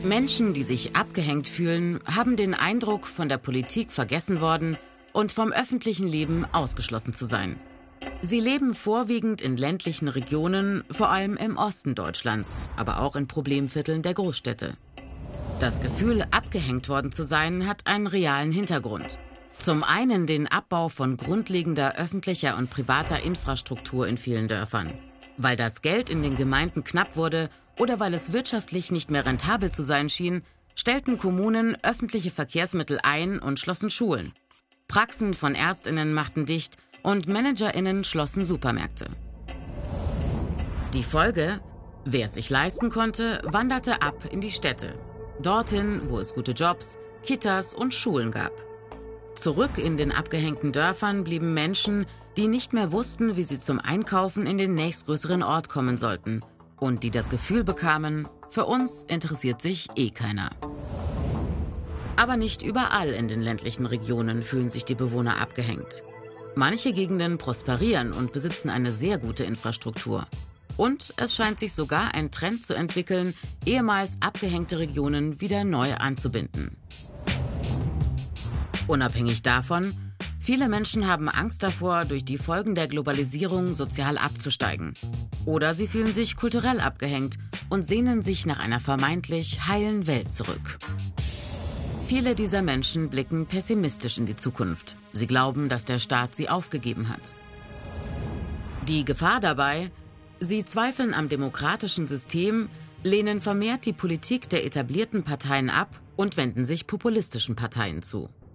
Menschen, die sich abgehängt fühlen, haben den Eindruck, von der Politik vergessen worden und vom öffentlichen Leben ausgeschlossen zu sein. Sie leben vorwiegend in ländlichen Regionen, vor allem im Osten Deutschlands, aber auch in Problemvierteln der Großstädte. Das Gefühl, abgehängt worden zu sein, hat einen realen Hintergrund. Zum einen den Abbau von grundlegender öffentlicher und privater Infrastruktur in vielen Dörfern. Weil das Geld in den Gemeinden knapp wurde oder weil es wirtschaftlich nicht mehr rentabel zu sein schien, stellten Kommunen öffentliche Verkehrsmittel ein und schlossen Schulen. Praxen von ÄrztInnen machten dicht und ManagerInnen schlossen Supermärkte. Die Folge? Wer es sich leisten konnte, wanderte ab in die Städte. Dorthin, wo es gute Jobs, Kitas und Schulen gab. Zurück in den abgehängten Dörfern blieben Menschen, die nicht mehr wussten, wie sie zum Einkaufen in den nächstgrößeren Ort kommen sollten und die das Gefühl bekamen, für uns interessiert sich eh keiner. Aber nicht überall in den ländlichen Regionen fühlen sich die Bewohner abgehängt. Manche Gegenden prosperieren und besitzen eine sehr gute Infrastruktur. Und es scheint sich sogar ein Trend zu entwickeln, ehemals abgehängte Regionen wieder neu anzubinden. Unabhängig davon, viele Menschen haben Angst davor, durch die Folgen der Globalisierung sozial abzusteigen. Oder sie fühlen sich kulturell abgehängt und sehnen sich nach einer vermeintlich heilen Welt zurück. Viele dieser Menschen blicken pessimistisch in die Zukunft. Sie glauben, dass der Staat sie aufgegeben hat. Die Gefahr dabei: Sie zweifeln am demokratischen System, lehnen vermehrt die Politik der etablierten Parteien ab und wenden sich populistischen Parteien zu.